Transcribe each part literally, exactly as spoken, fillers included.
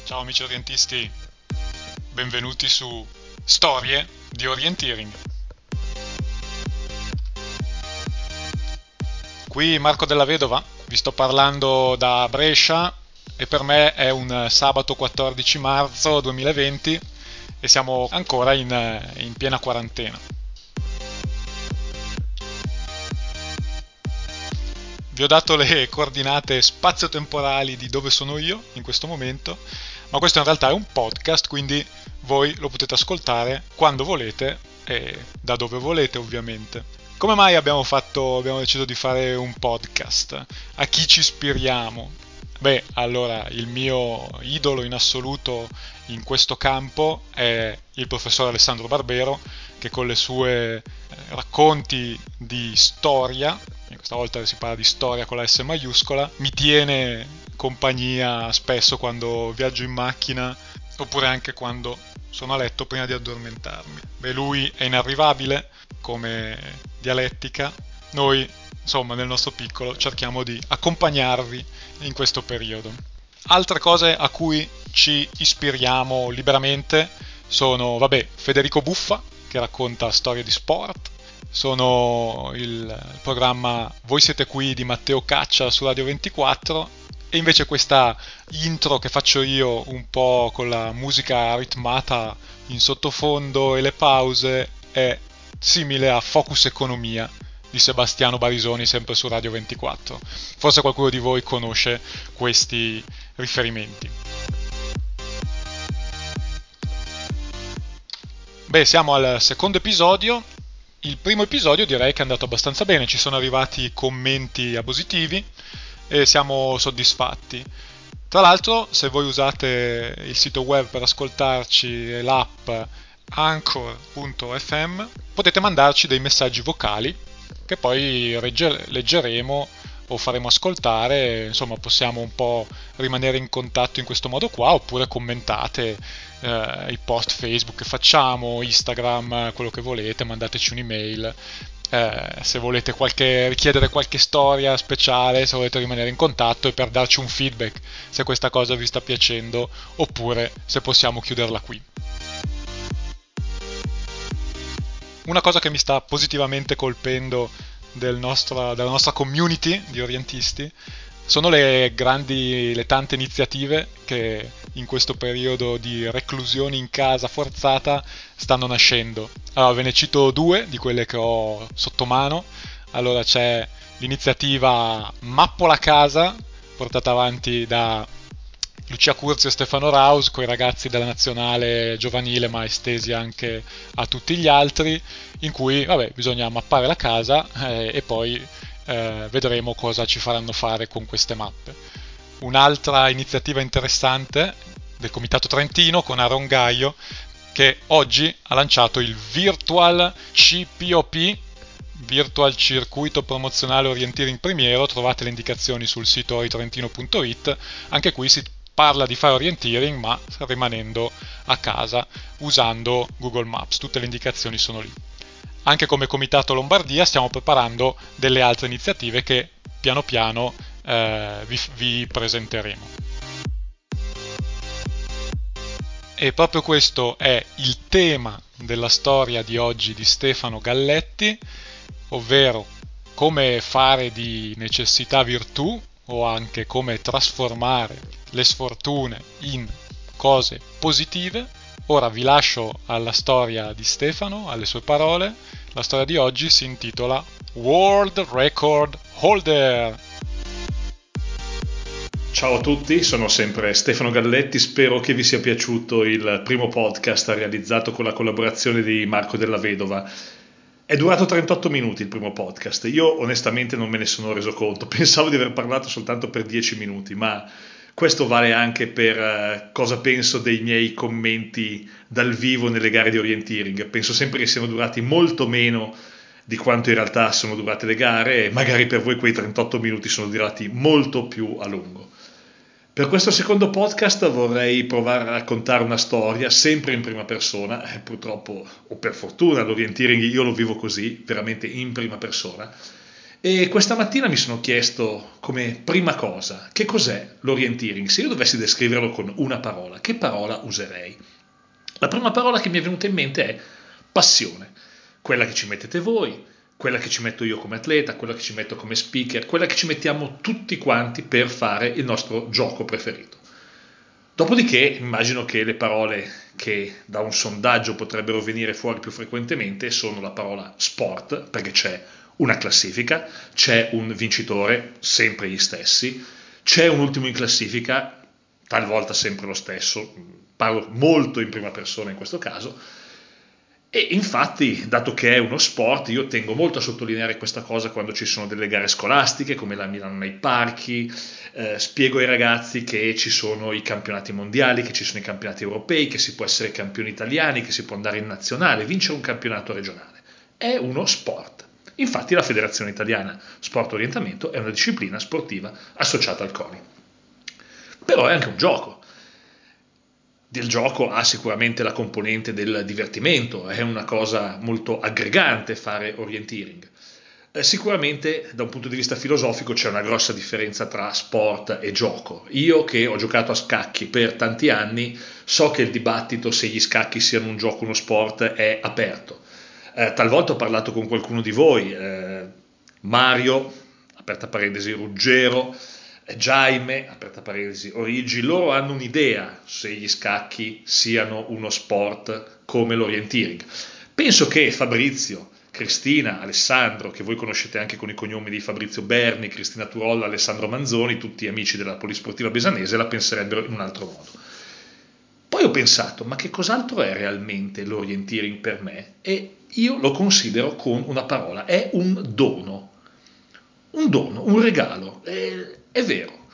Ciao amici orientisti, benvenuti su Storie di Orienteering. Qui Marco Della Vedova, vi sto parlando da Brescia e per me è un sabato quattordici marzo duemilaventi e siamo ancora in, in piena quarantena. Vi ho dato le coordinate spazio-temporali di dove sono io in questo momento, ma questo in realtà è un podcast, quindi voi lo potete ascoltare quando volete e da dove volete ovviamente. Come mai abbiamo fatto, abbiamo deciso di fare un podcast? A chi ci ispiriamo? Beh, allora, il mio idolo in assoluto in questo campo è il professor Alessandro Barbero, che con le sue eh, racconti di storia, questa volta si parla di storia con la S maiuscola, mi tiene compagnia spesso quando viaggio in macchina oppure anche quando sono a letto prima di addormentarmi. Beh, lui è inarrivabile come dialettica. Noi, insomma, nel nostro piccolo cerchiamo di accompagnarvi in questo periodo. Altre cose a cui ci ispiriamo liberamente sono, vabbè, Federico Buffa, che racconta storie di sport, sono il, il programma Voi siete qui di Matteo Caccia su Radio ventiquattro e invece questa intro che faccio io un po' con la musica ritmata in sottofondo e le pause è simile a Focus Economia di Sebastiano Barisoni sempre su Radio ventiquattro. Forse qualcuno di voi conosce questi riferimenti. Beh, siamo al secondo episodio. Il primo episodio direi che è andato abbastanza bene, ci sono arrivati commenti positivi e siamo soddisfatti. Tra l'altro, se voi usate il sito web per ascoltarci e l'app anchor punto effe emme, potete mandarci dei messaggi vocali che poi regge- leggeremo o faremo ascoltare, insomma possiamo un po' rimanere in contatto in questo modo qua, oppure commentate eh, i post Facebook che facciamo, Instagram, quello che volete, mandateci un'email. Eh, se volete qualche, richiedere qualche storia speciale, se volete rimanere in contatto e per darci un feedback se questa cosa vi sta piacendo oppure se possiamo chiuderla qui. Una cosa che mi sta positivamente colpendo del nostra, della nostra community di orientisti sono le grandi, le tante iniziative che in questo periodo di reclusione in casa forzata stanno nascendo. Allora, ve ne cito due di quelle che ho sotto mano. Allora c'è l'iniziativa Mappo la casa, portata avanti da Lucia Curzio e Stefano Raus con i ragazzi della nazionale giovanile, ma estesi anche a tutti gli altri, in cui vabbè, bisogna mappare la casa eh, e poi eh, vedremo cosa ci faranno fare con queste mappe. Un'altra iniziativa interessante del Comitato Trentino con Aaron Gaio, che oggi ha lanciato il Virtual C P O P, Virtual Circuito Promozionale Orienteering Primiero. Trovate le indicazioni sul sito oritrentino punto it. Anche qui si parla di fare orienteering ma rimanendo a casa usando Google Maps, tutte le indicazioni sono lì. Anche come Comitato Lombardia stiamo preparando delle altre iniziative che piano piano eh, vi, vi presenteremo. E proprio questo è il tema della storia di oggi di Stefano Galletti, ovvero come fare di necessità virtù o anche come trasformare le sfortune in cose positive. Ora vi lascio alla storia di Stefano, alle sue parole. La storia di oggi si intitola World Record Holder. Ciao a tutti, sono sempre Stefano Galletti, spero che vi sia piaciuto il primo podcast realizzato con la collaborazione di Marco Della Vedova. È durato trentotto minuti il primo podcast, io onestamente non me ne sono reso conto, pensavo di aver parlato soltanto per dieci minuti, ma questo vale anche per uh, cosa penso dei miei commenti dal vivo nelle gare di orienteering. Penso sempre che siano durati molto meno di quanto in realtà sono durate le gare e magari per voi quei trentotto minuti sono durati molto più a lungo. Per questo secondo podcast vorrei provare a raccontare una storia sempre in prima persona, eh, purtroppo o per fortuna l'orienteering io lo vivo così, veramente in prima persona, E questa mattina mi sono chiesto come prima cosa che cos'è l'orienteering. Se io dovessi descriverlo con una parola, che parola userei? La prima parola che mi è venuta in mente è passione, quella che ci mettete voi, quella che ci metto io come atleta, quella che ci metto come speaker, quella che ci mettiamo tutti quanti per fare il nostro gioco preferito. Dopodiché immagino che le parole che da un sondaggio potrebbero venire fuori più frequentemente sono la parola sport, perché c'è una classifica, c'è un vincitore, sempre gli stessi, c'è un ultimo in classifica, talvolta sempre lo stesso, parlo molto in prima persona in questo caso, e infatti, dato che è uno sport, io tengo molto a sottolineare questa cosa quando ci sono delle gare scolastiche, come la Milano nei parchi, eh, spiego ai ragazzi che ci sono i campionati mondiali, che ci sono i campionati europei, che si può essere campioni italiani, che si può andare in nazionale, vincere un campionato regionale. È uno sport. Infatti la Federazione Italiana Sport Orientamento è una disciplina sportiva associata al CONI. Però è anche un gioco. Del gioco ha sicuramente la componente del divertimento, è una cosa molto aggregante fare orienteering. Eh, sicuramente da un punto di vista filosofico c'è una grossa differenza tra sport e gioco. Io che ho giocato a scacchi per tanti anni so che il dibattito se gli scacchi siano un gioco o uno sport è aperto. Eh, talvolta ho parlato con qualcuno di voi, eh, Mario, aperta parentesi, Ruggero, Jaime, aperta parentesi, Origi, loro hanno un'idea se gli scacchi siano uno sport come l'orienteering. Penso che Fabrizio, Cristina, Alessandro, che voi conoscete anche con i cognomi di Fabrizio Berni, Cristina Turolla, Alessandro Manzoni, tutti amici della Polisportiva Besanese, la penserebbero in un altro modo. Poi ho pensato, ma che cos'altro è realmente l'orienteering per me? E io lo considero con una parola, è un dono. Un dono, un regalo, è, è vero.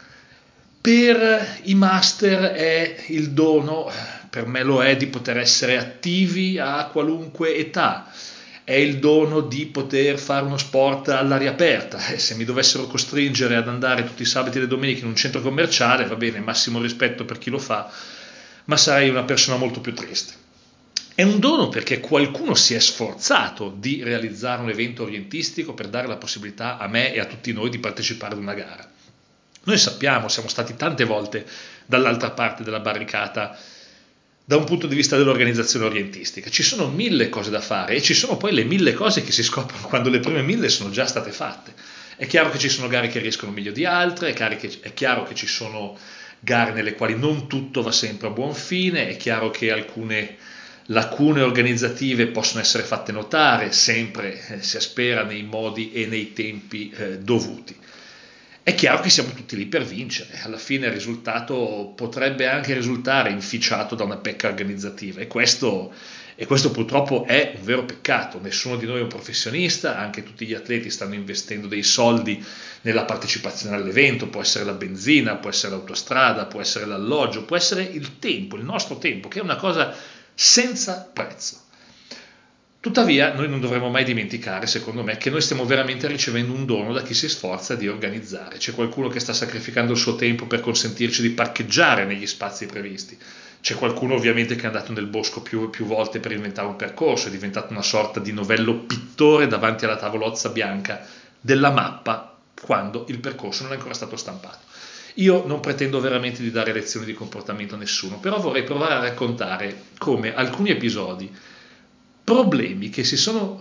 Per i master è il dono, per me lo è, di poter essere attivi a qualunque età, è il dono di poter fare uno sport all'aria aperta, e se mi dovessero costringere ad andare tutti i sabati e le domeniche in un centro commerciale, va bene, massimo rispetto per chi lo fa, ma sarei una persona molto più triste. È un dono perché qualcuno si è sforzato di realizzare un evento orientistico per dare la possibilità a me e a tutti noi di partecipare ad una gara. Noi sappiamo, siamo stati tante volte dall'altra parte della barricata da un punto di vista dell'organizzazione orientistica. Ci sono mille cose da fare e ci sono poi le mille cose che si scoprono quando le prime mille sono già state fatte. È chiaro che ci sono gare che riescono meglio di altre, è chiaro che ci sono gare nelle quali non tutto va sempre a buon fine, è chiaro che alcune lacune organizzative possono essere fatte notare, sempre eh, si spera nei modi e nei tempi eh, dovuti. È chiaro che siamo tutti lì per vincere, alla fine il risultato potrebbe anche risultare inficiato da una pecca organizzativa e questo, e questo purtroppo è un vero peccato. Nessuno di noi è un professionista, anche tutti gli atleti stanno investendo dei soldi nella partecipazione all'evento, può essere la benzina, può essere l'autostrada, può essere l'alloggio, può essere il tempo, il nostro tempo, che è una cosa senza prezzo. Tuttavia, noi non dovremmo mai dimenticare, secondo me, che noi stiamo veramente ricevendo un dono da chi si sforza di organizzare. C'è qualcuno che sta sacrificando il suo tempo per consentirci di parcheggiare negli spazi previsti. C'è qualcuno ovviamente che è andato nel bosco più, più volte per inventare un percorso, è diventato una sorta di novello pittore davanti alla tavolozza bianca della mappa quando il percorso non è ancora stato stampato. Io non pretendo veramente di dare lezioni di comportamento a nessuno, però vorrei provare a raccontare come alcuni episodi, problemi che si sono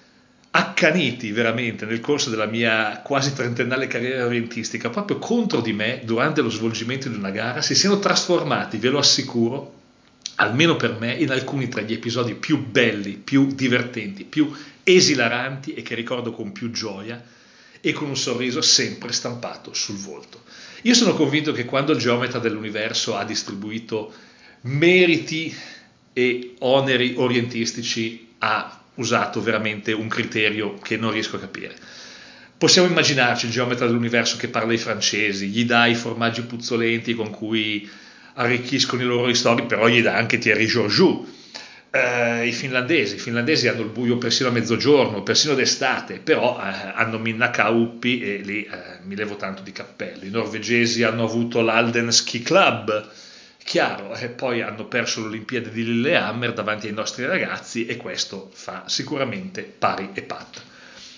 accaniti veramente nel corso della mia quasi trentennale carriera orientistica proprio contro di me durante lo svolgimento di una gara si siano trasformati, ve lo assicuro, almeno per me, in alcuni tra gli episodi più belli, più divertenti, più esilaranti e che ricordo con più gioia e con un sorriso sempre stampato sul volto. Io sono convinto che quando il geometra dell'universo ha distribuito meriti e oneri orientistici ha usato veramente un criterio che non riesco a capire. Possiamo immaginarci il geometra dell'universo che parla ai francesi, gli dà i formaggi puzzolenti con cui arricchiscono i loro ristori, però gli dà anche Thierry Georgiou. Eh, i finlandesi, i finlandesi hanno il buio persino a mezzogiorno, persino d'estate, però eh, hanno Minna Kauppi e lì eh, mi levo tanto di cappello. I norvegesi hanno avuto l'Alden Ski Club, chiaro, e poi hanno perso l'Olimpiade di Lillehammer davanti ai nostri ragazzi e questo fa sicuramente pari e patta.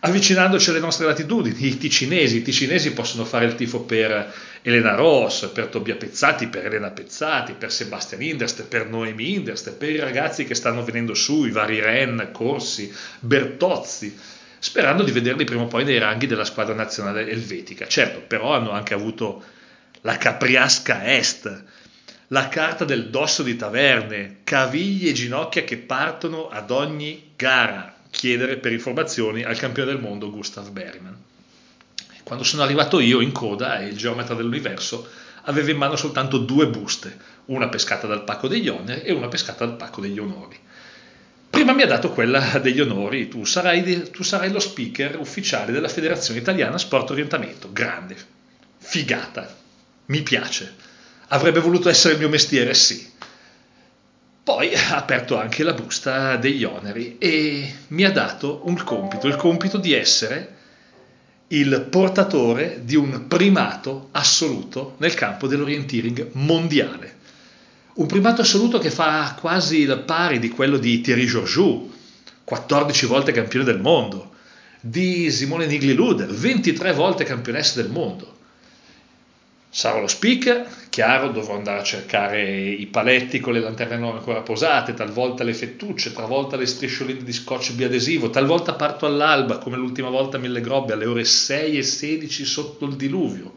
avvicinandoci alle nostre latitudini, i ticinesi, i ticinesi possono fare il tifo per Elena Ross, per Tobia Pezzati, per Elena Pezzati, per Sebastian Inderst, per Noemi Inderst, per i ragazzi che stanno venendo su, i vari Ren, Corsi, Bertozzi, sperando di vederli prima o poi nei ranghi della squadra nazionale elvetica. Certo, però hanno anche avuto la Capriasca Est, la carta del Dosso di Taverne, caviglie e ginocchia che partono ad ogni gara, chiedere per informazioni al campione del mondo Gustav Bergman. Quando sono arrivato io in coda, il geometra dell'universo aveva in mano soltanto due buste, una pescata dal pacco degli oneri e una pescata dal pacco degli onori. Prima mi ha dato quella degli onori, tu sarai, tu sarai lo speaker ufficiale della Federazione Italiana Sport Orientamento, grande, figata, mi piace, avrebbe voluto essere il mio mestiere, sì. Poi ha aperto anche la busta degli oneri e mi ha dato un compito, il compito di essere il portatore di un primato assoluto nel campo dell'orienteering mondiale. Un primato assoluto che fa quasi il pari di quello di Thierry Georgiou, quattordici volte campione del mondo, di Simone Nigli-Luder, ventitré volte campionessa del mondo. Sarò lo speaker, chiaro, dovrò andare a cercare i paletti con le lanterne non ancora posate, talvolta le fettucce, talvolta le striscioline di scotch biadesivo, talvolta parto all'alba, come l'ultima volta a Mille Grobbe, alle ore sei e sedici sotto il diluvio.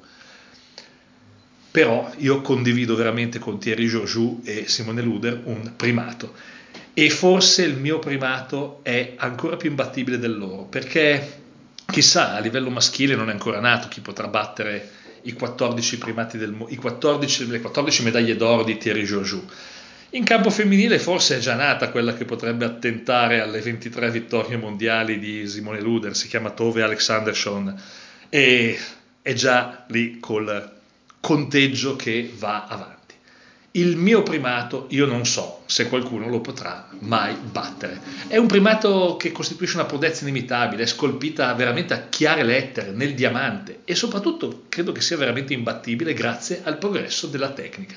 Però io condivido veramente con Thierry Georgiou e Simone Luder un primato. E forse il mio primato è ancora più imbattibile del loro, perché chissà, a livello maschile non è ancora nato chi potrà battere i quattordici primati del mondo, i quattordici, le quattordici medaglie d'oro di Thierry Georgiou. In campo femminile forse è già nata quella che potrebbe attentare alle ventitré vittorie mondiali di Simone Luder, si chiama Tove Alexandersson e è già lì col conteggio che va avanti. Il mio primato io non so se qualcuno lo potrà mai battere. È un primato che costituisce una prodezza inimitabile, è scolpita veramente a chiare lettere nel diamante e soprattutto credo che sia veramente imbattibile grazie al progresso della tecnica.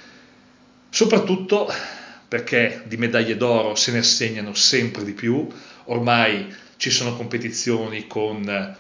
Soprattutto perché di medaglie d'oro se ne assegnano sempre di più, ormai ci sono competizioni con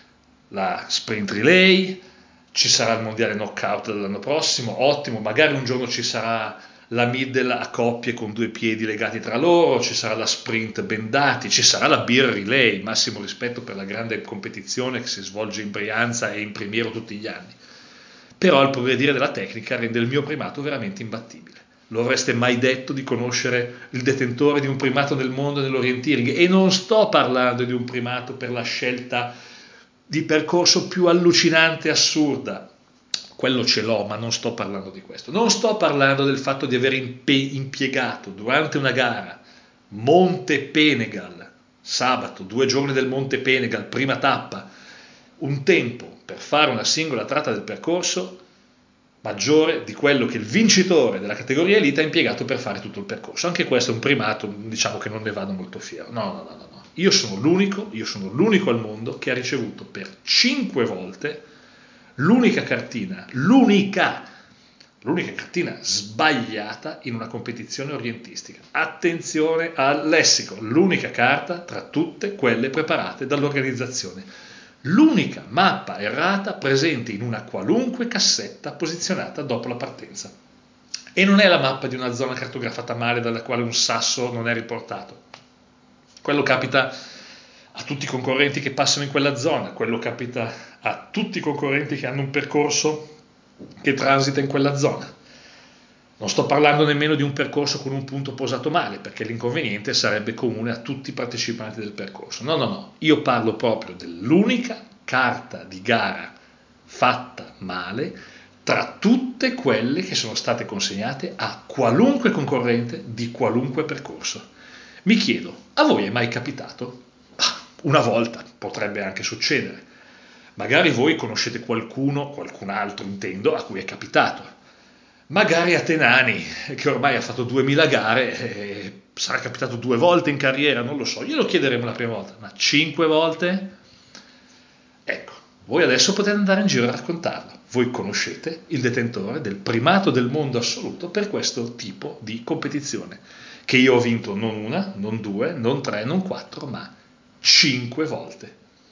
la sprint relay, ci sarà il mondiale knockout dell'anno prossimo, ottimo, magari un giorno ci sarà la middle a coppie con due piedi legati tra loro, ci sarà la sprint bendati, ci sarà la beer relay, massimo rispetto per la grande competizione che si svolge in Brianza e in Primiero tutti gli anni. Però il progredire della tecnica rende il mio primato veramente imbattibile. Lo avreste mai detto di conoscere il detentore di un primato del mondo nell'orienteering? E non sto parlando di un primato per la scelta di percorso più allucinante e assurda, quello ce l'ho, ma non sto parlando di questo. Non sto parlando del fatto di aver impiegato durante una gara Monte Penegal, sabato, due giorni del Monte Penegal, prima tappa, un tempo per fare una singola tratta del percorso maggiore di quello che il vincitore della categoria elite ha impiegato per fare tutto il percorso. Anche questo è un primato, diciamo che non ne vado molto fiero. No, no, no, no. no. Io sono l'unico, io sono l'unico al mondo che ha ricevuto per cinque volte l'unica cartina, l'unica, l'unica cartina sbagliata in una competizione orientistica. Attenzione al lessico, l'unica carta tra tutte quelle preparate dall'organizzazione. L'unica mappa errata presente in una qualunque cassetta posizionata dopo la partenza. E non è la mappa di una zona cartografata male dalla quale un sasso non è riportato. Quello capita a tutti i concorrenti che passano in quella zona, quello capita a tutti i concorrenti che hanno un percorso che transita in quella zona. Non sto parlando nemmeno di un percorso con un punto posato male, perché l'inconveniente sarebbe comune a tutti i partecipanti del percorso. No, no, no, io parlo proprio dell'unica carta di gara fatta male tra tutte quelle che sono state consegnate a qualunque concorrente di qualunque percorso. Mi chiedo, a voi è mai capitato? Una volta, potrebbe anche succedere. Magari voi conoscete qualcuno, qualcun altro intendo, a cui è capitato. Magari a Tenani, che ormai ha fatto duemila gare, eh, sarà capitato due volte in carriera, non lo so, glielo chiederemo la prima volta, ma cinque volte? Ecco, voi adesso potete andare in giro a raccontarlo. Voi conoscete il detentore del primato del mondo assoluto per questo tipo di competizione, che io ho vinto non una, non due, non tre, non quattro, ma cinque volte.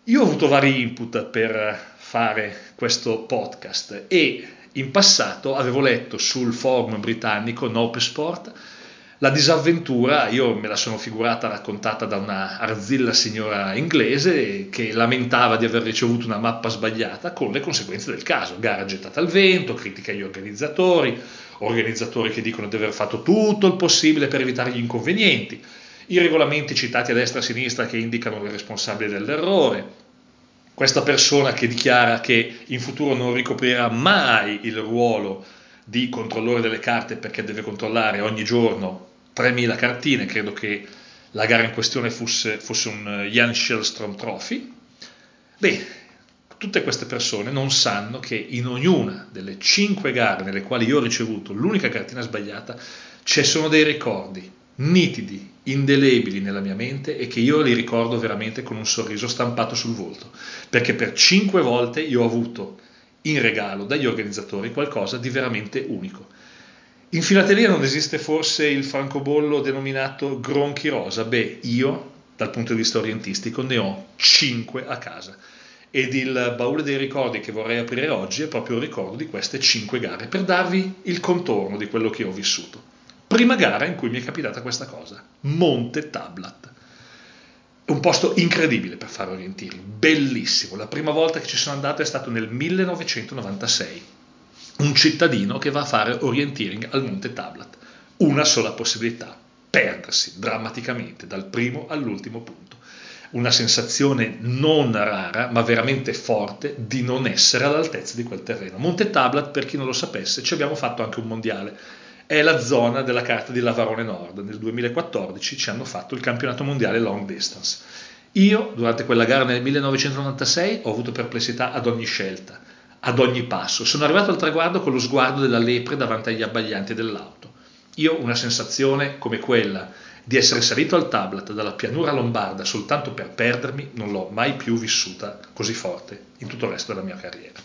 Io ho avuto vari input per fare questo podcast e in passato avevo letto sul forum britannico Nope Sport la disavventura, io me la sono figurata raccontata da una arzilla signora inglese che lamentava di aver ricevuto una mappa sbagliata con le conseguenze del caso, gara gettata al vento, critica agli organizzatori, organizzatori che dicono di aver fatto tutto il possibile per evitare gli inconvenienti, i regolamenti citati a destra e a sinistra che indicano il responsabile dell'errore, questa persona che dichiara che in futuro non ricoprirà mai il ruolo di controllore delle carte perché deve controllare ogni giorno tremila cartine, credo che la gara in questione fosse, fosse un Jan Shellstrom Trophy. Beh, tutte queste persone non sanno che in ognuna delle cinque gare nelle quali io ho ricevuto l'unica cartina sbagliata ci sono dei ricordi nitidi, indelebili nella mia mente e che io li ricordo veramente con un sorriso stampato sul volto, perché per cinque volte io ho avuto in regalo dagli organizzatori qualcosa di veramente unico. In filateria non esiste forse il francobollo denominato Gronchi Rosa? Beh, io, dal punto di vista orientistico, ne ho cinque a casa. Ed il baule dei ricordi che vorrei aprire oggi è proprio il ricordo di queste cinque gare, per darvi il contorno di quello che ho vissuto. Prima gara in cui mi è capitata questa cosa, Monte Tablat. È un posto incredibile per fare orienteering, bellissimo. La prima volta che ci sono andato è stato nel millenovecentonovantasei. Un cittadino che va a fare orienteering al Monte Tablat. Una sola possibilità, perdersi drammaticamente dal primo all'ultimo punto. Una sensazione non rara, ma veramente forte, di non essere all'altezza di quel terreno. Monte Tablat, per chi non lo sapesse, ci abbiamo fatto anche un mondiale. È la zona della carta di Lavarone Nord. Nel duemilaquattordici ci hanno fatto il campionato mondiale long distance. Io, durante quella gara nel millenovecentonovantasei, ho avuto perplessità ad ogni scelta, ad ogni passo. Sono arrivato al traguardo con lo sguardo della lepre davanti agli abbaglianti dell'auto. Io una sensazione come quella di essere salito al Tablat dalla pianura lombarda soltanto per perdermi non l'ho mai più vissuta così forte in tutto il resto della mia carriera.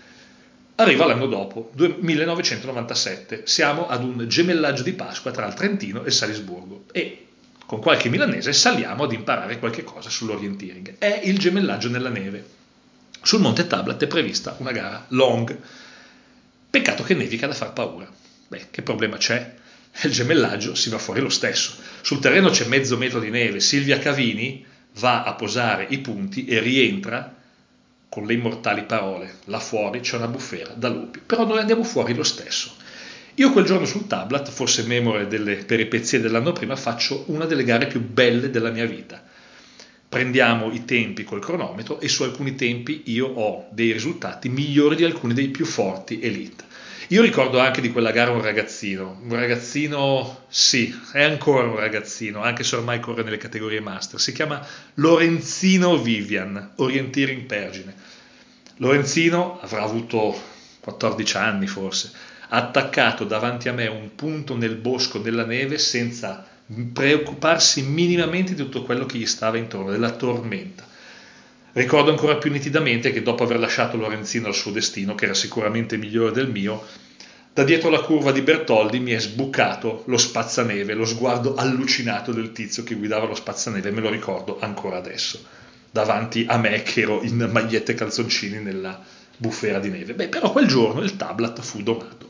Arriva l'anno dopo, millenovecentonovantasette, siamo ad un gemellaggio di Pasqua tra il Trentino e il Salisburgo e con qualche milanese saliamo ad imparare qualche cosa sull'orienteering. È il gemellaggio nella neve. Sul Monte Tablat è prevista una gara long. Peccato che nevica da far paura. Beh, che problema c'è? Il gemellaggio si va fuori lo stesso. Sul terreno c'è mezzo metro di neve. Silvia Cavini va a posare i punti e rientra con le immortali parole: là fuori c'è una bufera da lupi. Però noi andiamo fuori lo stesso. Io quel giorno sul Tablat, forse memore delle peripezie dell'anno prima, faccio una delle gare più belle della mia vita. Prendiamo i tempi col cronometro e su alcuni tempi io ho dei risultati migliori di alcuni dei più forti elite. Io ricordo anche di quella gara un ragazzino, un ragazzino, sì, è ancora un ragazzino, anche se ormai corre nelle categorie master, si chiama Lorenzino Vivian, orienteering Pergine. Lorenzino avrà avuto quattordici anni forse, ha attaccato davanti a me un punto nel bosco della neve senza preoccuparsi minimamente di tutto quello che gli stava intorno, della tormenta. Ricordo ancora più nitidamente che dopo aver lasciato Lorenzino al suo destino, che era sicuramente migliore del mio, da dietro la curva di Bertoldi mi è sbucato lo spazzaneve, lo sguardo allucinato del tizio che guidava lo spazzaneve, me lo ricordo ancora adesso, davanti a me che ero in magliette e calzoncini nella bufera di neve. Beh, però quel giorno il Tablat fu domato.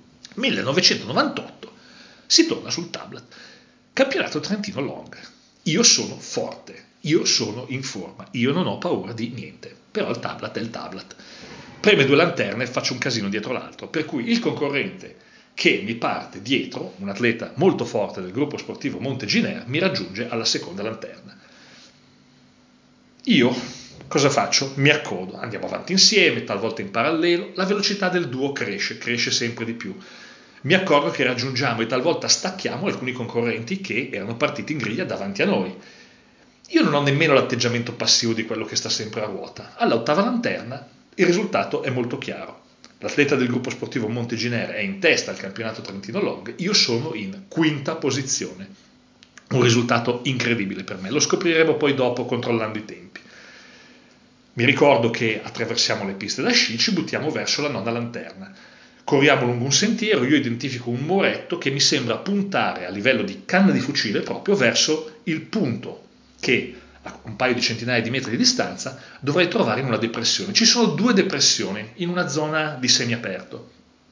millenovecentonovantotto si torna sul Tablat. Campionato Trentino Long. Io sono forte, io sono in forma, io non ho paura di niente, però il Tablat è il Tablat. Preme due lanterne e faccio un casino dietro l'altro, per cui il concorrente che mi parte dietro, un atleta molto forte del gruppo sportivo Monteginer, mi raggiunge alla seconda lanterna. Io cosa faccio? Mi accodo, andiamo avanti insieme, talvolta in parallelo, la velocità del duo cresce, cresce sempre di più. Mi accorgo che raggiungiamo e talvolta stacchiamo alcuni concorrenti che erano partiti in griglia davanti a noi. Io non ho nemmeno l'atteggiamento passivo di quello che sta sempre a ruota. All'ottava lanterna il risultato è molto chiaro. L'atleta del gruppo sportivo Monteginer è in testa al campionato Trentino Long, io sono in quinta posizione. Un risultato incredibile per me, lo scopriremo poi dopo controllando i tempi. Mi ricordo che attraversiamo le piste da sci, ci buttiamo verso la nona lanterna. Corriamo lungo un sentiero, io identifico un muretto che mi sembra puntare a livello di canna di fucile proprio verso il punto che a un paio di centinaia di metri di distanza, dovrei trovare in una depressione. Ci sono due depressioni in una zona di semiaperto.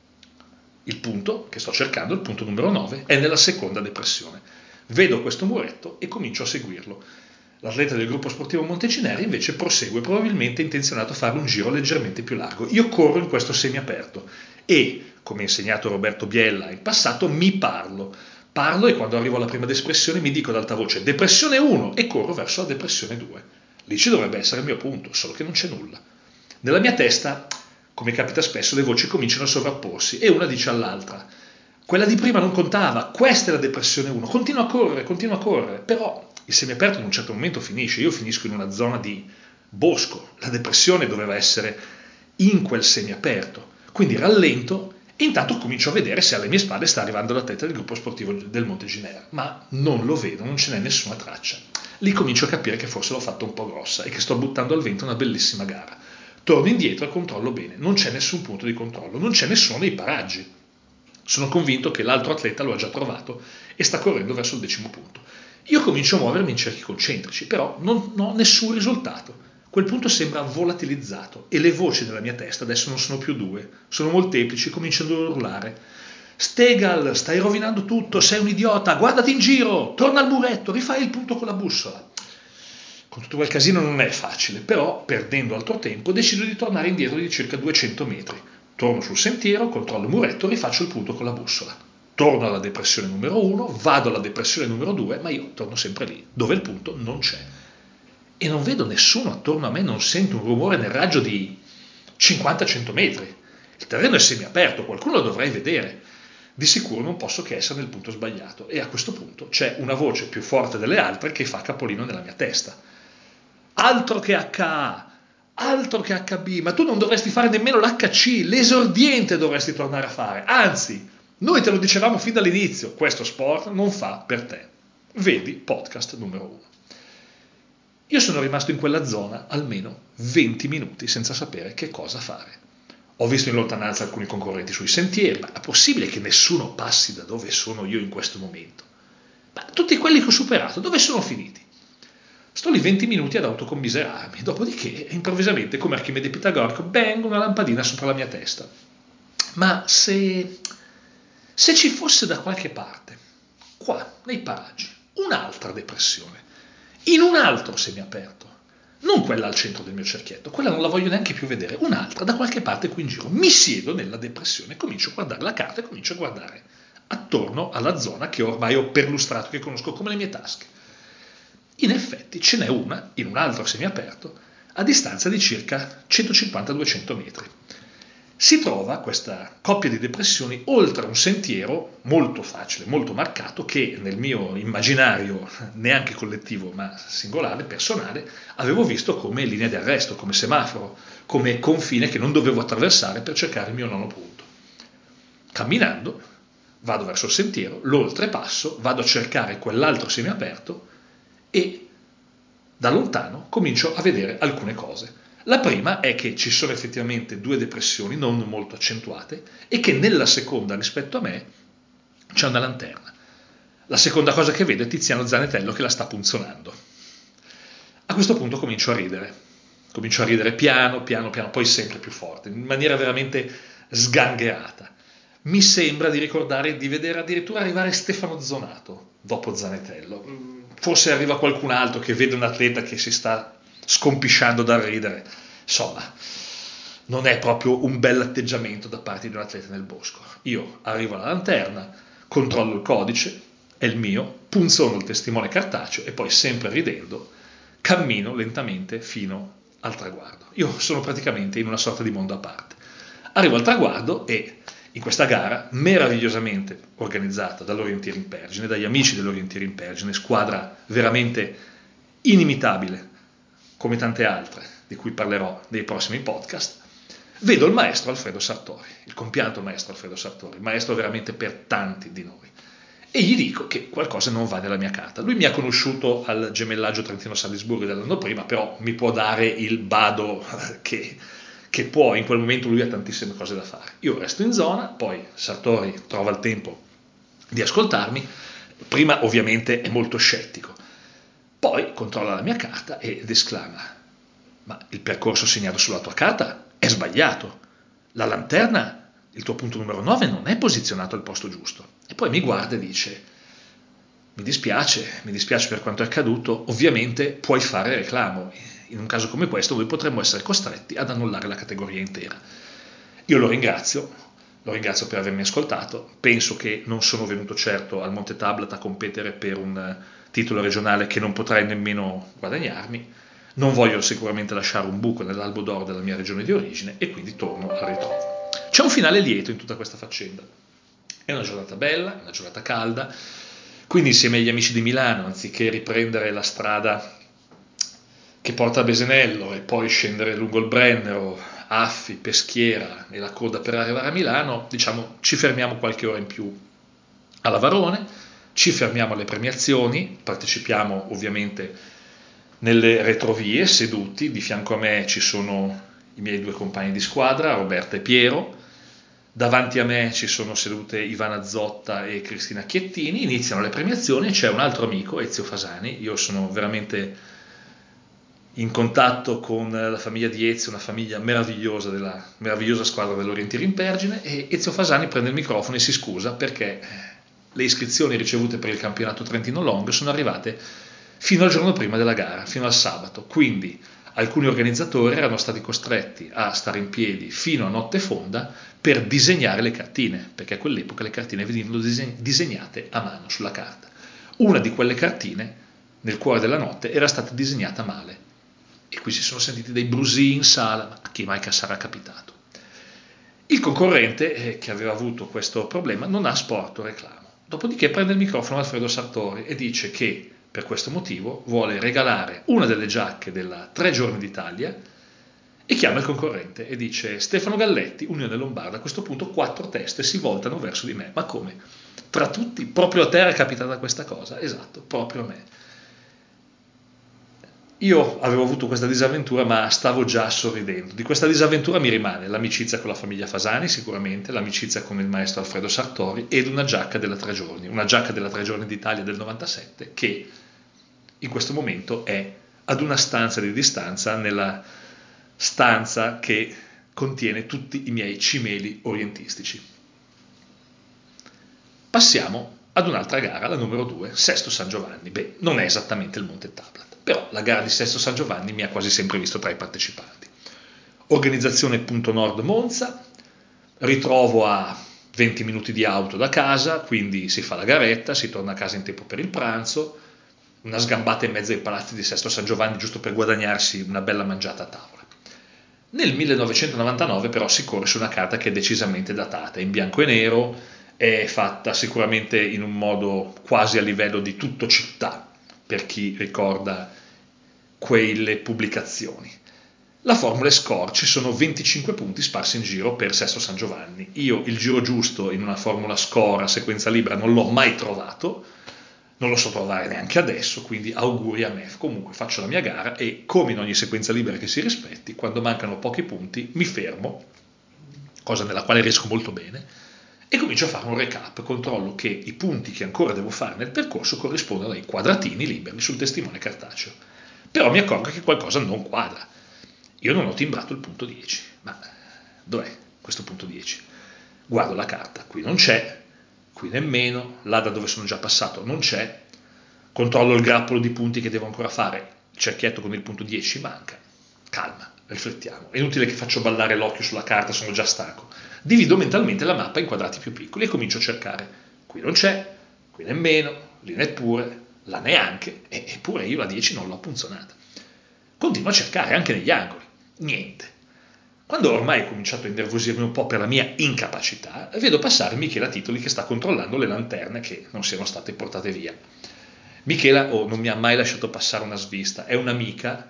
Il punto che sto cercando, il punto numero nove, è nella seconda depressione. Vedo questo muretto e comincio a seguirlo. L'atleta del gruppo sportivo Montecineri invece prosegue, probabilmente intenzionato a fare un giro leggermente più largo. Io corro in questo semiaperto e, come ha insegnato Roberto Biella in passato, mi parlo. Parlo e quando arrivo alla prima depressione mi dico ad alta voce depressione uno e corro verso la depressione due. Lì ci dovrebbe essere il mio punto, solo che non c'è nulla. Nella mia testa, come capita spesso, le voci cominciano a sovrapporsi e una dice all'altra: quella di prima non contava, questa è la depressione uno, continua a correre, continua a correre, però il semiaperto in un certo momento finisce, io finisco in una zona di bosco, la depressione doveva essere in quel semiaperto, quindi rallento e intanto comincio a vedere se alle mie spalle sta arrivando l'atleta del gruppo sportivo del Montecineri, ma non lo vedo, non ce n'è nessuna traccia. Lì comincio a capire che forse l'ho fatto un po' grossa e che sto buttando al vento una bellissima gara. Torno indietro e controllo bene, non c'è nessun punto di controllo, non c'è nessuno nei paraggi. Sono convinto che l'altro atleta lo ha già trovato e sta correndo verso il decimo punto. Io comincio a muovermi in cerchi concentrici, però non ho nessun risultato. Quel punto sembra volatilizzato e le voci della mia testa adesso non sono più due, sono molteplici, cominciano a urlare. Stegal, stai rovinando tutto, sei un idiota, guardati in giro, torna al muretto, rifai il punto con la bussola. Con tutto quel casino non è facile, però perdendo altro tempo decido di tornare indietro di circa duecento metri. Torno sul sentiero, controllo il muretto, rifaccio il punto con la bussola. Torno alla depressione numero uno, vado alla depressione numero due, ma io torno sempre lì, dove il punto non c'è. E non vedo nessuno attorno a me, non sento un rumore nel raggio di cinquanta cento metri. Il terreno è semiaperto, qualcuno lo dovrei vedere. Di sicuro non posso che essere nel punto sbagliato e a questo punto c'è una voce più forte delle altre che fa capolino nella mia testa. Altro che acca a, altro che acca bi, ma tu non dovresti fare nemmeno l'acca ci, l'esordiente dovresti tornare a fare. Anzi, noi te lo dicevamo fin dall'inizio, questo sport non fa per te. Vedi podcast numero uno. Io sono rimasto in quella zona almeno venti minuti senza sapere che cosa fare. Ho visto in lontananza alcuni concorrenti sui sentieri, ma è possibile che nessuno passi da dove sono io in questo momento? Ma tutti quelli che ho superato, dove sono finiti? Sto lì venti minuti ad autocommiserarmi, dopodiché improvvisamente, come Archimede Pitagorico, bang, una lampadina sopra la mia testa. Ma se, se ci fosse da qualche parte, qua, nei paraggi, un'altra depressione, in un altro semiaperto, non quella al centro del mio cerchietto, quella non la voglio neanche più vedere, un'altra da qualche parte qui in giro, mi siedo nella depressione, comincio a guardare la carta e comincio a guardare attorno alla zona che ormai ho perlustrato, che conosco come le mie tasche. In effetti ce n'è una, in un altro semiaperto, a distanza di circa centocinquanta duecento metri. Si trova questa coppia di depressioni oltre un sentiero molto facile, molto marcato, che nel mio immaginario, neanche collettivo ma singolare, personale, avevo visto come linea di arresto, come semaforo, come confine che non dovevo attraversare per cercare il mio nono punto. Camminando, vado verso il sentiero, lo oltrepasso, vado a cercare quell'altro semiaperto e da lontano comincio a vedere alcune cose. La prima è che ci sono effettivamente due depressioni non molto accentuate e che nella seconda rispetto a me c'è una lanterna. La seconda cosa che vedo è Tiziano Zanetello che la sta punzonando. A questo punto comincio a ridere, comincio a ridere piano, piano, piano, poi sempre più forte, in maniera veramente sgangherata. Mi sembra di ricordare di vedere addirittura arrivare Stefano Zonato dopo Zanetello. Forse arriva qualcun altro che vede un atleta che si sta scompisciando dal ridere. Insomma, non è proprio un bel atteggiamento da parte di un atleta nel bosco. Io arrivo alla lanterna, controllo il codice, è il mio, punzono il testimone cartaceo e poi, sempre ridendo, cammino lentamente fino al traguardo. Io sono praticamente in una sorta di mondo a parte. Arrivo al traguardo e in questa gara, meravigliosamente organizzata dall'Orientiering Pergine, dagli amici dell'Orientiering Pergine, squadra veramente inimitabile, come tante altre, di cui parlerò nei prossimi podcast, vedo il maestro Alfredo Sartori, il compianto maestro Alfredo Sartori, maestro veramente per tanti di noi. E gli dico che qualcosa non va nella mia carta. Lui mi ha conosciuto al gemellaggio Trentino-Salisburgo dell'anno prima, però mi può dare il bado che... che può, in quel momento lui ha tantissime cose da fare. Io resto in zona, poi Sartori trova il tempo di ascoltarmi, prima ovviamente è molto scettico, Poi controlla la mia carta ed esclama: ma il percorso segnato sulla tua carta è sbagliato, la lanterna, il tuo punto numero nove, non è posizionato al posto giusto. E poi mi guarda e dice: mi dispiace, mi dispiace per quanto è accaduto, ovviamente puoi fare reclamo, in un caso come questo noi potremmo essere costretti ad annullare la categoria intera. Io lo ringrazio, lo ringrazio per avermi ascoltato, penso che non sono venuto certo al Monte Tablet a competere per un titolo regionale che non potrei nemmeno guadagnarmi, non voglio sicuramente lasciare un buco nell'albo d'oro della mia regione di origine e quindi torno al ritrovo. C'è un finale lieto in tutta questa faccenda, è una giornata bella, una giornata calda, quindi insieme agli amici di Milano, anziché riprendere la strada che porta a Besenello e poi scendere lungo il Brennero, Affi, Peschiera e la coda per arrivare a Milano, diciamo ci fermiamo qualche ora in più a Lavarone, ci fermiamo alle premiazioni, partecipiamo ovviamente nelle retrovie seduti, di fianco a me ci sono i miei due compagni di squadra, Roberta e Piero, davanti a me ci sono sedute Ivana Zotta e Cristina Chiettini, iniziano le premiazioni e c'è un altro amico, Ezio Fasani. Io sono veramente in contatto con la famiglia di Ezio, una famiglia meravigliosa della meravigliosa squadra dell'Orientire Impergine, e Ezio Fasani prende il microfono e si scusa perché le iscrizioni ricevute per il campionato Trentino Long sono arrivate fino al giorno prima della gara, fino al sabato, quindi alcuni organizzatori erano stati costretti a stare in piedi fino a notte fonda per disegnare le cartine, perché a quell'epoca le cartine venivano disegnate a mano sulla carta. Una di quelle cartine, nel cuore della notte, era stata disegnata male. E qui si sono sentiti dei brusii in sala, ma a chi mai che sarà capitato? Il concorrente, eh, che aveva avuto questo problema, non ha sporto reclamo. Dopodiché prende il microfono Alfredo Sartori e dice che per questo motivo vuole regalare una delle giacche della Tre Giorni d'Italia e chiama il concorrente e dice: Stefano Galletti, Unione Lombarda. A questo punto quattro teste si voltano verso di me. Ma come? Tra tutti, proprio a te è capitata questa cosa? Esatto, proprio a me. Io avevo avuto questa disavventura, ma stavo già sorridendo. Di questa disavventura mi rimane l'amicizia con la famiglia Fasani, sicuramente, l'amicizia con il maestro Alfredo Sartori ed una giacca della Tre Giorni, una giacca della Tre Giorni d'Italia del novantasette che in questo momento è ad una stanza di distanza, nella stanza che contiene tutti i miei cimeli orientistici. Passiamo ad un'altra gara, la numero due, Sesto San Giovanni. Beh, non è esattamente il Monte Tablet, però la gara di Sesto San Giovanni mi ha quasi sempre visto tra i partecipanti. Organizzazione Punto Nord Monza, ritrovo a venti minuti di auto da casa, quindi si fa la garetta, si torna a casa in tempo per il pranzo, una sgambata in mezzo ai palazzi di Sesto San Giovanni giusto per guadagnarsi una bella mangiata a tavola. Nel millenovecentonovantanove però si corre su una carta che è decisamente datata, in bianco e nero, è fatta sicuramente in un modo quasi a livello di tutto città, per chi ricorda quelle pubblicazioni. La formula è score, ci sono venticinque punti sparsi in giro per Sesto San Giovanni. Io il giro giusto in una formula score a sequenza libera non l'ho mai trovato, non lo so trovare neanche adesso, quindi auguri a me. Comunque faccio la mia gara e, come in ogni sequenza libera che si rispetti, quando mancano pochi punti mi fermo, cosa nella quale riesco molto bene, e comincio a fare un recap, controllo che i punti che ancora devo fare nel percorso corrispondono ai quadratini liberi sul testimone cartaceo. Però mi accorgo che qualcosa non quadra. Io non ho timbrato il punto dieci, ma dov'è questo punto dieci? Guardo la carta, qui non c'è, qui nemmeno, là da dove sono già passato non c'è, controllo il grappolo di punti che devo ancora fare, il cerchietto con il punto dieci manca. Calma, riflettiamo, è inutile che faccio ballare l'occhio sulla carta, sono già stanco. Divido mentalmente la mappa in quadrati più piccoli e comincio a cercare. Qui non c'è, qui nemmeno, lì neppure, là neanche, e eppure io la dieci non l'ho punzonata. Continuo a cercare anche negli angoli, niente. Quando ormai ho cominciato a innervosirmi un po' per la mia incapacità, vedo passare Michela Titoli che sta controllando le lanterne che non siano state portate via. Michela oh, non mi ha mai lasciato passare una svista, è un'amica.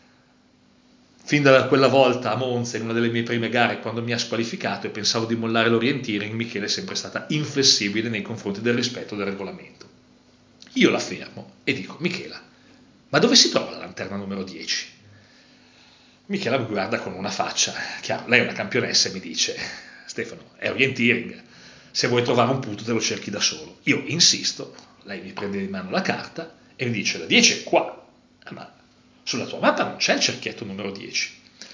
Fin da quella volta a Monza, in una delle mie prime gare, quando mi ha squalificato e pensavo di mollare l'orienteering, Michela è sempre stata inflessibile nei confronti del rispetto del regolamento. Io la fermo e dico: Michela, ma dove si trova la lanterna numero dieci? Michela mi guarda con una faccia, chiaro, lei è una campionessa e mi dice: Stefano, è orienteering, se vuoi trovare un punto te lo cerchi da solo. Io insisto, lei mi prende in mano la carta e mi dice: la dieci è qua. Eh, ma sulla tua mappa non c'è il cerchietto numero dieci.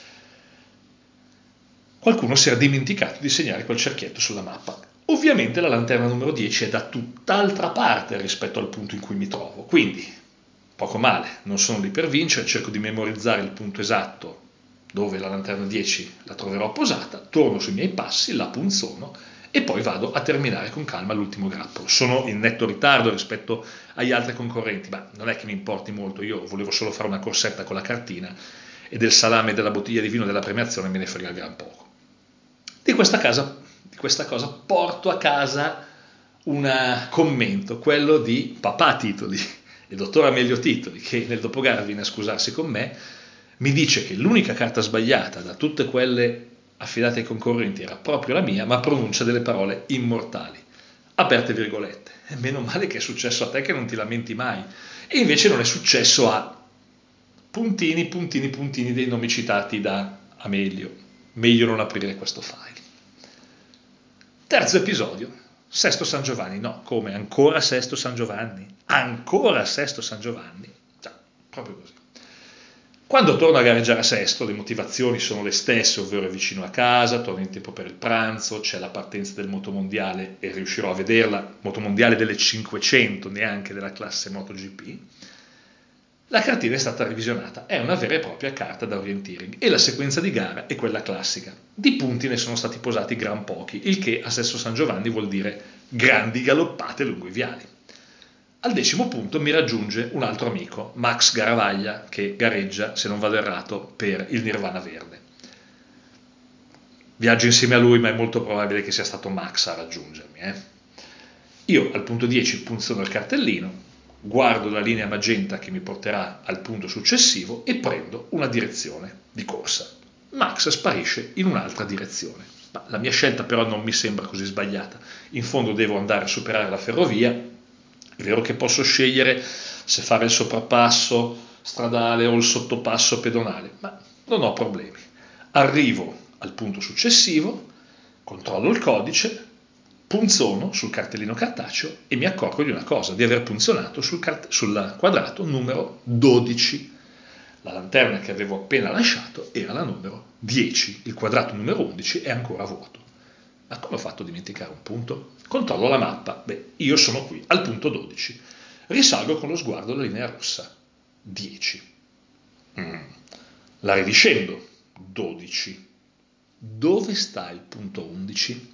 Qualcuno si era dimenticato di segnare quel cerchietto sulla mappa. Ovviamente la lanterna numero dieci è da tutt'altra parte rispetto al punto in cui mi trovo, quindi poco male, non sono lì per vincere, cerco di memorizzare il punto esatto dove la lanterna dieci la troverò posata, torno sui miei passi, la punzono e poi vado a terminare con calma l'ultimo grappolo. Sono in netto ritardo rispetto agli altri concorrenti, ma non è che mi importi molto, io volevo solo fare una corsetta con la cartina e del salame e della bottiglia di vino della premiazione me ne frega gran poco. Di questa, casa, di questa cosa porto a casa un commento, quello di papà Titoli, il dottor Amelio Titoli, che nel dopogara viene a scusarsi con me, mi dice che l'unica carta sbagliata da tutte quelle affidate ai concorrenti era proprio la mia, ma pronuncia delle parole immortali, aperte virgolette. E meno male che è successo a te che non ti lamenti mai, e invece non è successo a puntini, puntini, puntini dei nomi citati da Amelio. Meglio non aprire questo file. Terzo episodio, Sesto San Giovanni. No, come? Ancora Sesto San Giovanni? Ancora Sesto San Giovanni? Già, proprio così. Quando torno a gareggiare a Sesto, le motivazioni sono le stesse, ovvero è vicino a casa, torno in tempo per il pranzo, c'è la partenza del motomondiale e riuscirò a vederla, motomondiale delle cinquecento, neanche della classe MotoGP. La cartina è stata revisionata, è una vera e propria carta da orienteering e la sequenza di gara è quella classica. Di punti ne sono stati posati gran pochi, il che a Sesto San Giovanni vuol dire grandi galoppate lungo i viali. Al decimo punto mi raggiunge un altro amico, Max Garavaglia, che gareggia, se non vado errato, per il Nirvana Verde. Viaggio insieme a lui, ma è molto probabile che sia stato Max a raggiungermi. Eh? Io al punto dieci punziono il cartellino, guardo la linea magenta che mi porterà al punto successivo e prendo una direzione di corsa. Max sparisce in un'altra direzione. Ma la mia scelta però non mi sembra così sbagliata. In fondo devo andare a superare la ferrovia. È vero che posso scegliere se fare il soprappasso stradale o il sottopasso pedonale, ma non ho problemi. Arrivo al punto successivo, controllo il codice, punzono sul cartellino cartaceo e mi accorgo di una cosa, di aver punzionato sul, cart- sul quadrato numero dodici. La lanterna che avevo appena lasciato era la numero dieci, il quadrato numero undici è ancora vuoto. Ma come ho fatto a dimenticare un punto? Controllo la mappa, beh, io sono qui, al punto dodici. Risalgo con lo sguardo la linea rossa, dieci. Mm. La ridiscendo, dodici. Dove sta il punto undici?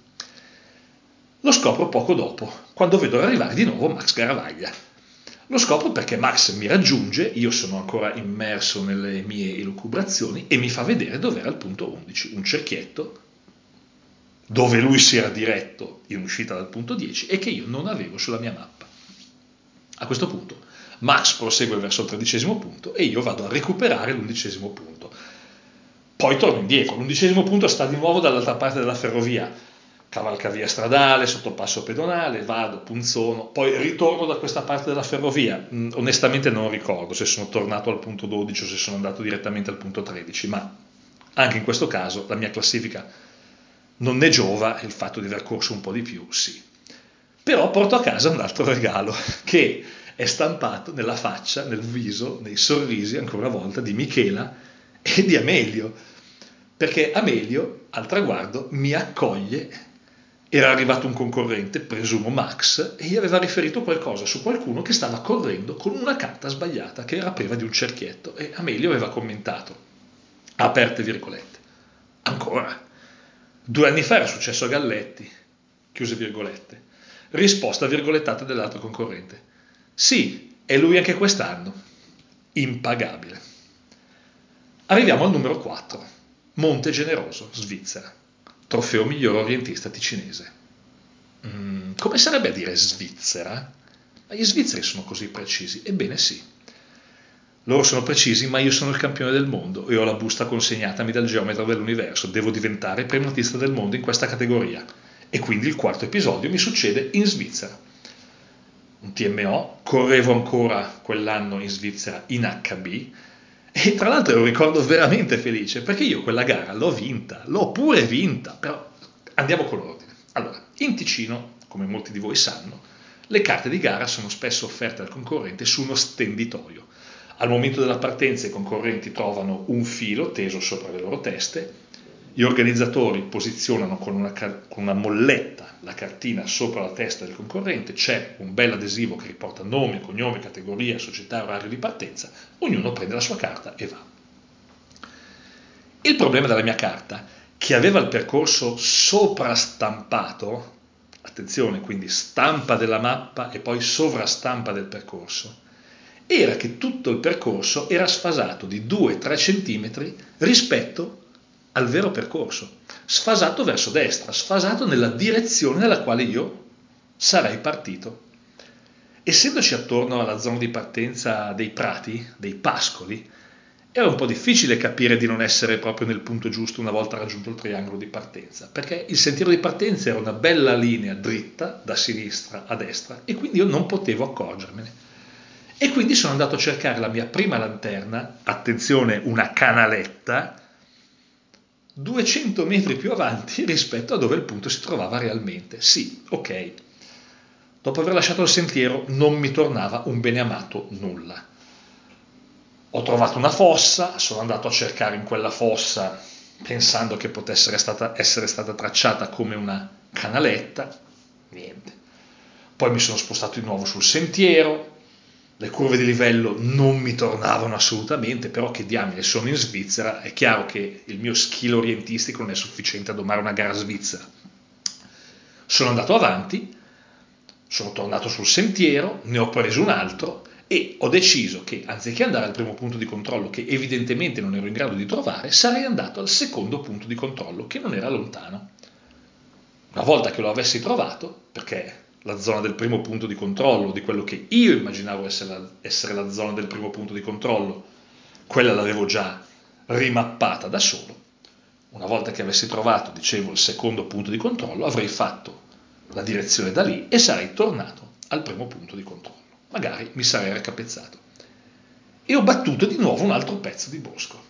Lo scopro poco dopo, quando vedo arrivare di nuovo Max Garavaglia. Lo scopro perché Max mi raggiunge, io sono ancora immerso nelle mie elucubrazioni, e mi fa vedere dove era il punto undici, un cerchietto dove lui si era diretto in uscita dal punto dieci e che io non avevo sulla mia mappa. A questo punto Max prosegue verso il tredicesimo punto e io vado a recuperare l'undicesimo punto. Poi torno indietro, l'undicesimo punto sta di nuovo dall'altra parte della ferrovia, cavalcavia stradale, sottopasso pedonale, vado, punzono, poi ritorno da questa parte della ferrovia. Mm, onestamente non ricordo se sono tornato al punto dodici o se sono andato direttamente al punto tredici, ma anche in questo caso la mia classifica non ne giova, il fatto di aver corso un po' di più, sì. Però porto a casa un altro regalo, che è stampato nella faccia, nel viso, nei sorrisi, ancora una volta, di Michela e di Amelio. Perché Amelio, al traguardo, mi accoglie. Era arrivato un concorrente, presumo Max, e gli aveva riferito qualcosa su qualcuno che stava correndo con una carta sbagliata, che era priva di un cerchietto, e Amelio aveva commentato, aperte virgolette, ancora. Due anni fa era successo a Galletti, chiuse virgolette. Risposta virgolettata dell'altro concorrente. Sì, è lui anche quest'anno. Impagabile. Arriviamo al numero quattro. Monte Generoso, Svizzera. Trofeo miglior orientista ticinese. Mm, come sarebbe a dire Svizzera? Ma gli svizzeri sono così precisi? Ebbene sì. Loro sono precisi, ma io sono il campione del mondo e ho la busta consegnatami dal geometra dell'universo. Devo diventare primatista del mondo in questa categoria. E quindi il quarto episodio mi succede in Svizzera. Un T M O, correvo ancora quell'anno in Svizzera in H B e tra l'altro è un ricordo veramente felice perché io quella gara l'ho vinta, l'ho pure vinta, però andiamo con ordine. Allora, in Ticino, come molti di voi sanno, le carte di gara sono spesso offerte al concorrente su uno stenditoio. Al momento della partenza i concorrenti trovano un filo teso sopra le loro teste, gli organizzatori posizionano con una, con una molletta la cartina sopra la testa del concorrente, c'è un bel adesivo che riporta nome, cognome, categoria, società, orario di partenza, ognuno prende la sua carta e va. Il problema della mia carta, che aveva il percorso sovrastampato, attenzione, quindi stampa della mappa e poi sovrastampa del percorso, era che tutto il percorso era sfasato di due tre centimetri rispetto al vero percorso, sfasato verso destra, sfasato nella direzione nella quale io sarei partito. Essendoci attorno alla zona di partenza dei prati, dei pascoli, era un po' difficile capire di non essere proprio nel punto giusto una volta raggiunto il triangolo di partenza, perché il sentiero di partenza era una bella linea dritta da sinistra a destra e quindi io non potevo accorgermene. E quindi sono andato a cercare la mia prima lanterna, attenzione, una canaletta, duecento metri più avanti rispetto a dove il punto si trovava realmente. Sì, ok. Dopo aver lasciato il sentiero non mi tornava un beneamato nulla. Ho trovato una fossa, sono andato a cercare in quella fossa pensando che potesse essere stata, essere stata tracciata come una canaletta, niente. Poi mi sono spostato di nuovo sul sentiero, le curve di livello non mi tornavano assolutamente, però che diamine, sono in Svizzera, è chiaro che il mio skill orientistico non è sufficiente a domare una gara svizzera. Sono andato avanti, sono tornato sul sentiero, ne ho preso un altro e ho deciso che anziché andare al primo punto di controllo, che evidentemente non ero in grado di trovare, sarei andato al secondo punto di controllo, che non era lontano. Una volta che lo avessi trovato, perché la zona del primo punto di controllo, di quello che io immaginavo essere la, essere la zona del primo punto di controllo, quella l'avevo già rimappata da solo. Una volta che avessi trovato, dicevo, il secondo punto di controllo, avrei fatto la direzione da lì e sarei tornato al primo punto di controllo. Magari mi sarei raccapezzato. E ho battuto di nuovo un altro pezzo di bosco.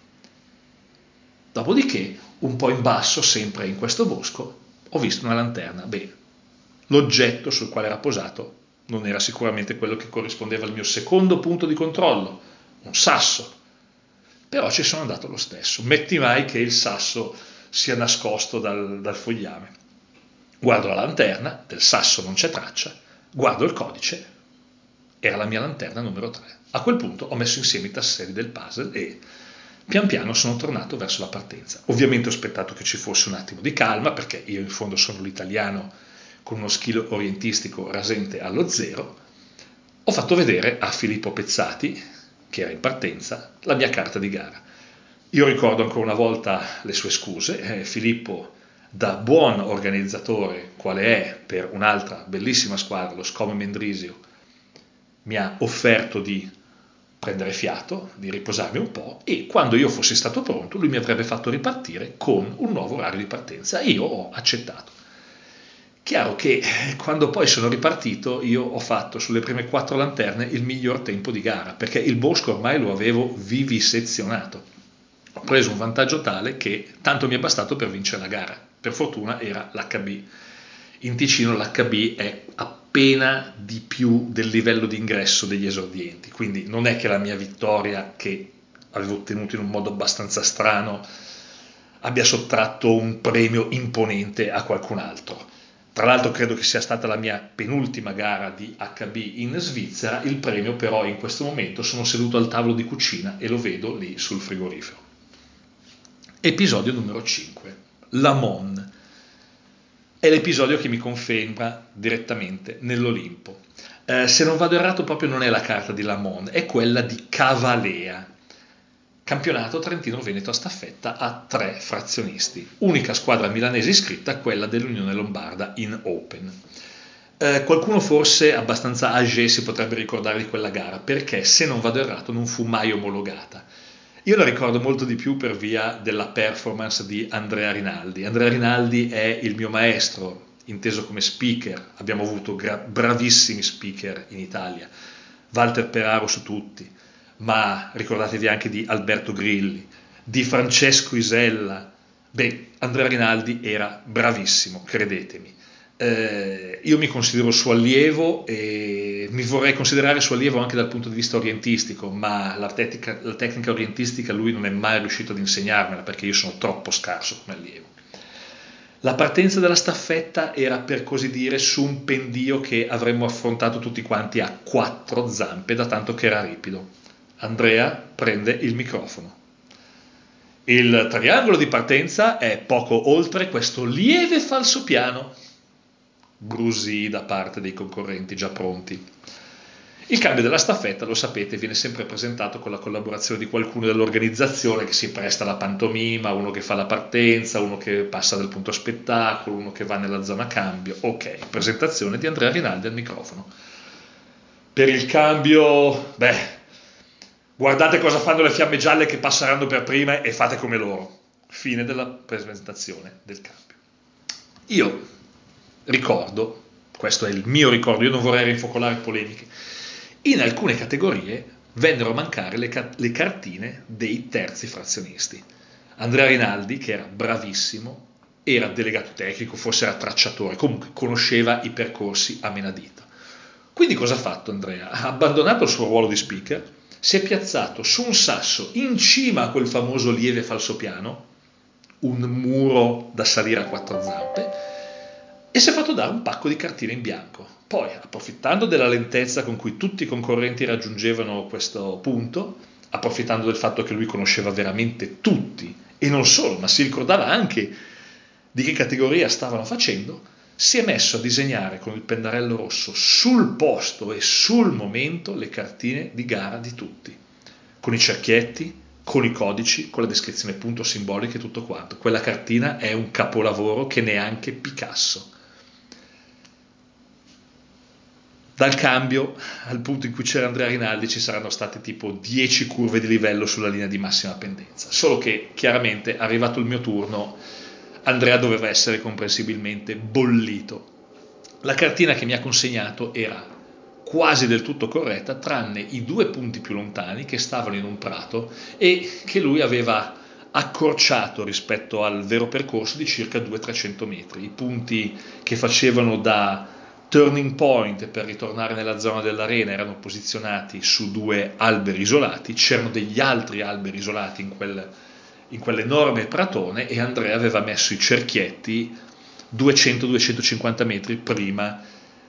Dopodiché, un po' in basso, sempre in questo bosco, ho visto una lanterna. Beh, l'oggetto sul quale era posato non era sicuramente quello che corrispondeva al mio secondo punto di controllo, un sasso. Però ci sono andato lo stesso. Metti mai che il sasso sia nascosto dal, dal fogliame. Guardo la lanterna, del sasso non c'è traccia, guardo il codice, era la mia lanterna numero tre. A quel punto ho messo insieme i tasselli del puzzle e pian piano sono tornato verso la partenza. Ovviamente ho aspettato che ci fosse un attimo di calma, perché io in fondo sono l'italiano con uno skill orientistico rasente allo zero. Ho fatto vedere a Filippo Pezzati, che era in partenza, la mia carta di gara. Io ricordo ancora una volta le sue scuse. Eh, Filippo, da buon organizzatore quale è per un'altra bellissima squadra, lo Scom Mendrisio, mi ha offerto di prendere fiato, di riposarmi un po', e quando io fossi stato pronto lui mi avrebbe fatto ripartire con un nuovo orario di partenza e io ho accettato. Chiaro che quando poi sono ripartito io ho fatto sulle prime quattro lanterne il miglior tempo di gara, perché il bosco ormai lo avevo vivisezionato. Ho preso un vantaggio tale che tanto mi è bastato per vincere la gara. Per fortuna era l'H B. In Ticino l'H B è appena di più del livello di ingresso degli esordienti, quindi non è che la mia vittoria, che avevo ottenuto in un modo abbastanza strano, abbia sottratto un premio imponente a qualcun altro. Tra l'altro credo che sia stata la mia penultima gara di H B in Svizzera, il premio però in questo momento sono seduto al tavolo di cucina e lo vedo lì sul frigorifero. Episodio numero cinque, la Mon. È l'episodio che mi conferma direttamente nell'Olimpo. Eh, se non vado errato proprio non è la carta di La Mon, è quella di Cavalea. Campionato Trentino-Veneto a staffetta a tre frazionisti. Unica squadra milanese iscritta, quella dell'Unione Lombarda in Open. Eh, qualcuno forse abbastanza âgé si potrebbe ricordare di quella gara, perché se non vado errato non fu mai omologata. Io la ricordo molto di più per via della performance di Andrea Rinaldi. Andrea Rinaldi è il mio maestro, inteso come speaker. Abbiamo avuto gra- bravissimi speaker in Italia, Walter Peraro su tutti, ma ricordatevi anche di Alberto Grilli, di Francesco Isella. Beh, Andrea Rinaldi era bravissimo, credetemi. eh, io mi considero suo allievo e mi vorrei considerare suo allievo anche dal punto di vista orientistico, ma la tecnica, la tecnica orientistica lui non è mai riuscito ad insegnarmela perché io sono troppo scarso come allievo. La partenza della staffetta era, per così dire, su un pendio che avremmo affrontato tutti quanti a quattro zampe, da tanto che era ripido. Andrea prende il microfono. Il triangolo di partenza è poco oltre questo lieve falsopiano. Brusì da parte dei concorrenti già pronti. Il cambio della staffetta, lo sapete, viene sempre presentato con la collaborazione di qualcuno dell'organizzazione che si presta alla pantomima, uno che fa la partenza, uno che passa dal punto spettacolo, uno che va nella zona cambio. Ok, presentazione di Andrea Rinaldi al microfono. Per il cambio, beh, guardate cosa fanno le fiamme gialle che passeranno per prima e fate come loro. Fine della presentazione del cambio. Io ricordo, questo è il mio ricordo, io non vorrei rinfocolare polemiche, in alcune categorie vennero a mancare le, ca- le cartine dei terzi frazionisti. Andrea Rinaldi, che era bravissimo, era delegato tecnico, forse era tracciatore, comunque conosceva i percorsi a menadito. Quindi cosa ha fatto Andrea? Ha abbandonato il suo ruolo di speaker, si è piazzato su un sasso in cima a quel famoso lieve falsopiano, un muro da salire a quattro zampe, e si è fatto dare un pacco di cartine in bianco. Poi, approfittando della lentezza con cui tutti i concorrenti raggiungevano questo punto, approfittando del fatto che lui conosceva veramente tutti, e non solo, ma si ricordava anche di che categoria stavano facendo, si è messo a disegnare con il pennarello rosso sul posto e sul momento le cartine di gara di tutti, con i cerchietti, con i codici, con la descrizione punto simbolica e tutto quanto. Quella cartina è un capolavoro che neanche Picasso. Dal cambio al punto in cui c'era Andrea Rinaldi ci saranno state tipo dieci curve di livello sulla linea di massima pendenza, solo che chiaramente arrivato il mio turno Andrea doveva essere comprensibilmente bollito. La cartina che mi ha consegnato era quasi del tutto corretta, tranne i due punti più lontani che stavano in un prato e che lui aveva accorciato rispetto al vero percorso di circa duecento trecento metri. I punti che facevano da turning point per ritornare nella zona dell'arena erano posizionati su due alberi isolati, c'erano degli altri alberi isolati in, quel, in quell'enorme pratone e Andrea aveva messo i cerchietti duecento duecentocinquanta metri prima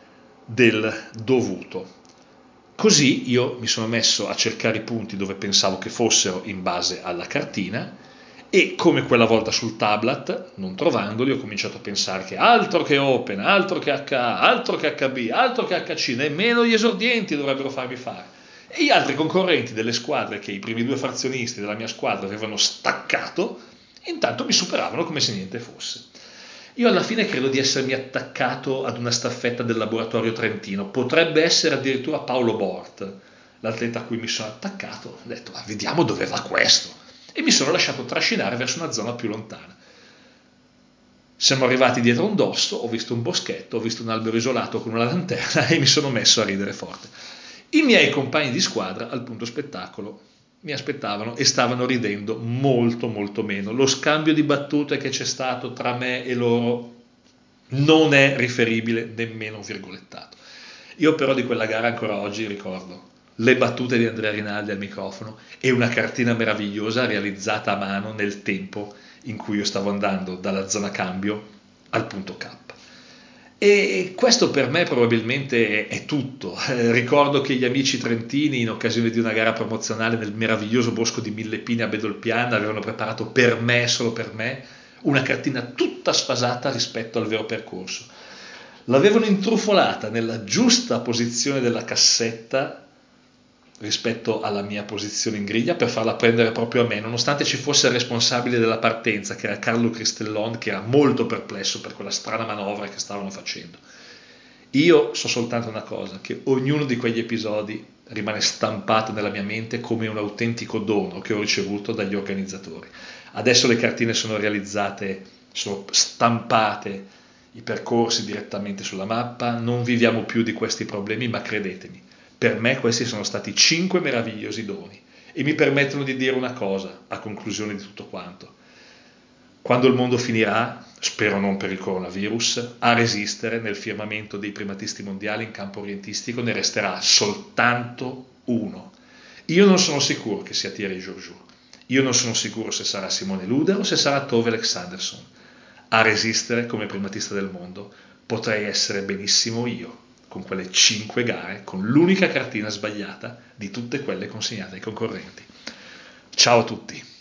del dovuto. Così io mi sono messo a cercare i punti dove pensavo che fossero in base alla cartina e come quella volta sul tablet, non trovandoli, ho cominciato a pensare che altro che Open, altro che H A, altro che H B, altro che H C, nemmeno gli esordienti dovrebbero farmi fare. E gli altri concorrenti delle squadre che i primi due frazionisti della mia squadra avevano staccato, intanto mi superavano come se niente fosse. Io alla fine credo di essermi attaccato ad una staffetta del laboratorio trentino, potrebbe essere addirittura Paolo Bort, l'atleta a cui mi sono attaccato. Ho detto, ma vediamo dove va questo. E mi sono lasciato trascinare verso una zona più lontana. Siamo arrivati dietro un dosso, ho visto un boschetto, ho visto un albero isolato con una lanterna e mi sono messo a ridere forte. I miei compagni di squadra al punto spettacolo mi aspettavano e stavano ridendo molto molto meno. Lo scambio di battute che c'è stato tra me e loro non è riferibile nemmeno virgolettato. Io però di quella gara ancora oggi ricordo le battute di Andrea Rinaldi al microfono e una cartina meravigliosa realizzata a mano nel tempo in cui io stavo andando dalla zona cambio al punto K. E questo per me probabilmente è tutto. Eh, ricordo che gli amici trentini, in occasione di una gara promozionale nel meraviglioso bosco di Mille Pini a Bedolpiana, avevano preparato per me, solo per me, una cartina tutta sfasata rispetto al vero percorso. L'avevano intrufolata nella giusta posizione della cassetta rispetto alla mia posizione in griglia per farla prendere proprio a me, nonostante ci fosse il responsabile della partenza, che era Carlo Cristellon, che era molto perplesso per quella strana manovra che stavano facendo. Io so soltanto una cosa, che ognuno di quegli episodi rimane stampato nella mia mente come un autentico dono che ho ricevuto dagli organizzatori. Adesso le cartine sono realizzate, sono stampate, i percorsi direttamente sulla mappa, non viviamo più di questi problemi, ma credetemi, per me questi sono stati cinque meravigliosi doni e mi permettono di dire una cosa a conclusione di tutto quanto. Quando il mondo finirà, spero non per il coronavirus, a resistere nel firmamento dei primatisti mondiali in campo orientistico ne resterà soltanto uno. Io non sono sicuro che sia Thierry Georgiou, io non sono sicuro se sarà Simone Luder o se sarà Tove Alexanderson. A resistere come primatista del mondo potrei essere benissimo io, con quelle cinque gare, con l'unica cartina sbagliata di tutte quelle consegnate ai concorrenti. Ciao a tutti!